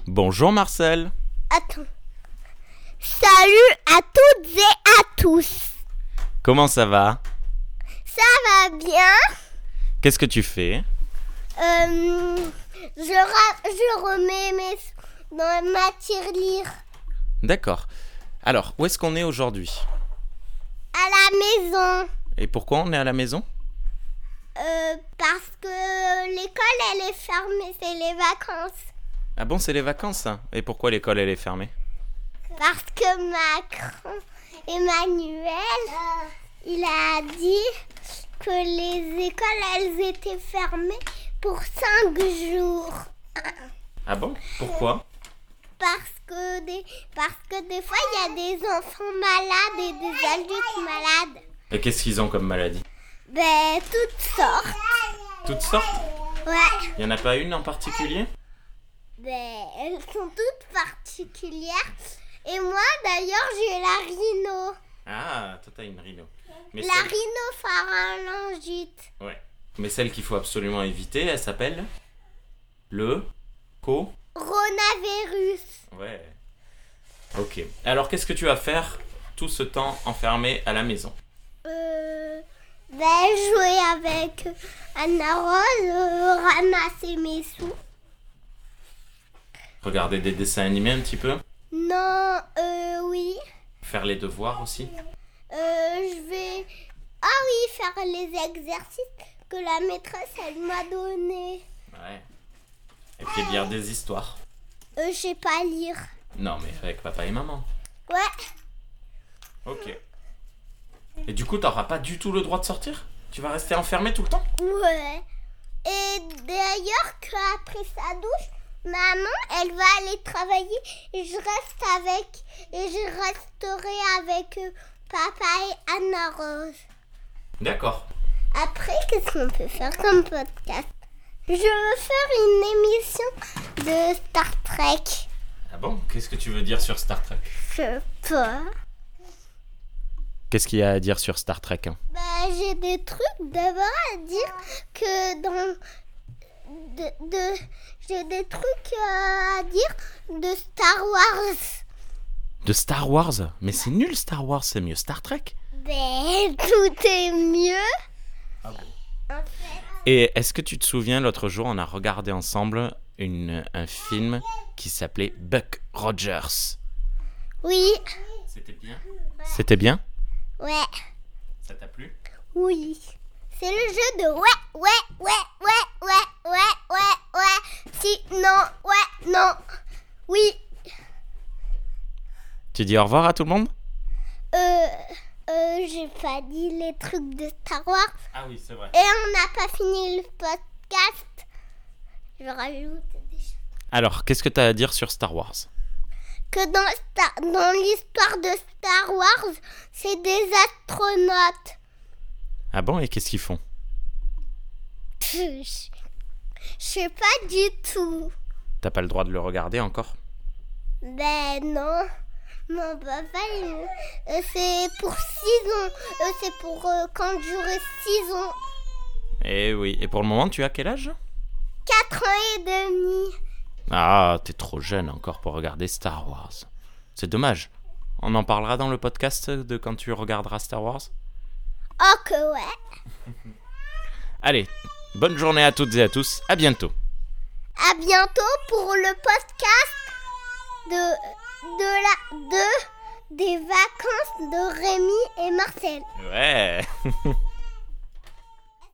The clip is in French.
Bonjour Marcel. Attends. Salut à toutes et à tous. Comment ça va? Ça va bien. Qu'est-ce que tu fais? Je remets mes dans ma tirelire. D'accord. Alors, où est-ce qu'on est aujourd'hui? À la maison. Et pourquoi on est à la maison? Parce que l'école elle est fermée, c'est les vacances. Ah bon, c'est les vacances? Et pourquoi l'école elle est fermée? Parce que Macron, Emmanuel, il a dit que les écoles elles étaient fermées pour 5 jours. Ah bon? Pourquoi? Parce que des fois il y a des enfants malades et des adultes malades. Et qu'est-ce qu'ils ont comme maladie? Ben toutes sortes. Toutes sortes? Ouais. Il n'y en a pas une en particulier? Ben elles sont toutes particulières. Et moi d'ailleurs j'ai la rhino. Ah, toi t'as une rhino. Mais La rhinopharyngite. Ouais. Mais celle qu'il faut absolument éviter, elle s'appelle le Coronavirus. Ouais. Ok. Alors qu'est-ce que tu vas faire tout ce temps enfermé à la maison? Jouer avec Anna Rose, ramasser mes sous. Regarder des dessins animés un petit peu? Non, oui. Faire les devoirs aussi? Je vais... Ah oui, faire les exercices que la maîtresse, elle m'a donné. Ouais. Et puis lire des histoires? Je sais pas lire. Non, mais avec papa et maman. Ouais. Ok. Et du coup, t'auras pas du tout le droit de sortir? Tu vas rester enfermé tout le temps? Ouais. Et d'ailleurs, qu'après sa douche, maman, elle va aller travailler et je resterai avec papa et Anna Rose. D'accord. Après, qu'est-ce qu'on peut faire comme podcast? Je veux faire une émission de Star Trek. Ah bon? Qu'est-ce que tu veux dire sur Star Trek? Je sais pas. Qu'est-ce qu'il y a à dire sur Star Trek? J'ai des trucs d'abord à dire que dans... J'ai des trucs à dire de Star Wars. De Star Wars? Mais c'est nul Star Wars, c'est mieux Star Trek. Tout est mieux. Ah bon? En fait, Et est-ce que tu te souviens, l'autre jour, on a regardé ensemble un film qui s'appelait Buck Rogers. oui. C'était bien? C'était bien? Ouais. Ça t'a plu? Oui. C'est le jeu de ouais. Si, non, ouais, non. Oui. Tu dis au revoir à tout le monde? J'ai pas dit les trucs de Star Wars. Ah oui, c'est vrai. Et on n'a pas fini le podcast. Je rajoute des choses. Alors, qu'est-ce que t'as à dire sur Star Wars? Que dans l'histoire de Star Wars, c'est des astronautes. Ah bon, et qu'est-ce qu'ils font? Je sais pas du tout. T'as pas le droit de le regarder encore? Non. Mon papa, c'est pour 6 ans. C'est pour quand j'aurai 6 ans. Eh oui, et pour le moment, tu as quel âge? 4 ans et demi. Ah, t'es trop jeune encore pour regarder Star Wars. C'est dommage. On en parlera dans le podcast de quand tu regarderas Star Wars. Oh que ouais. Allez, bonne journée à toutes et à tous. À bientôt. À bientôt pour le podcast des vacances de Rémi et Marcel. Ouais.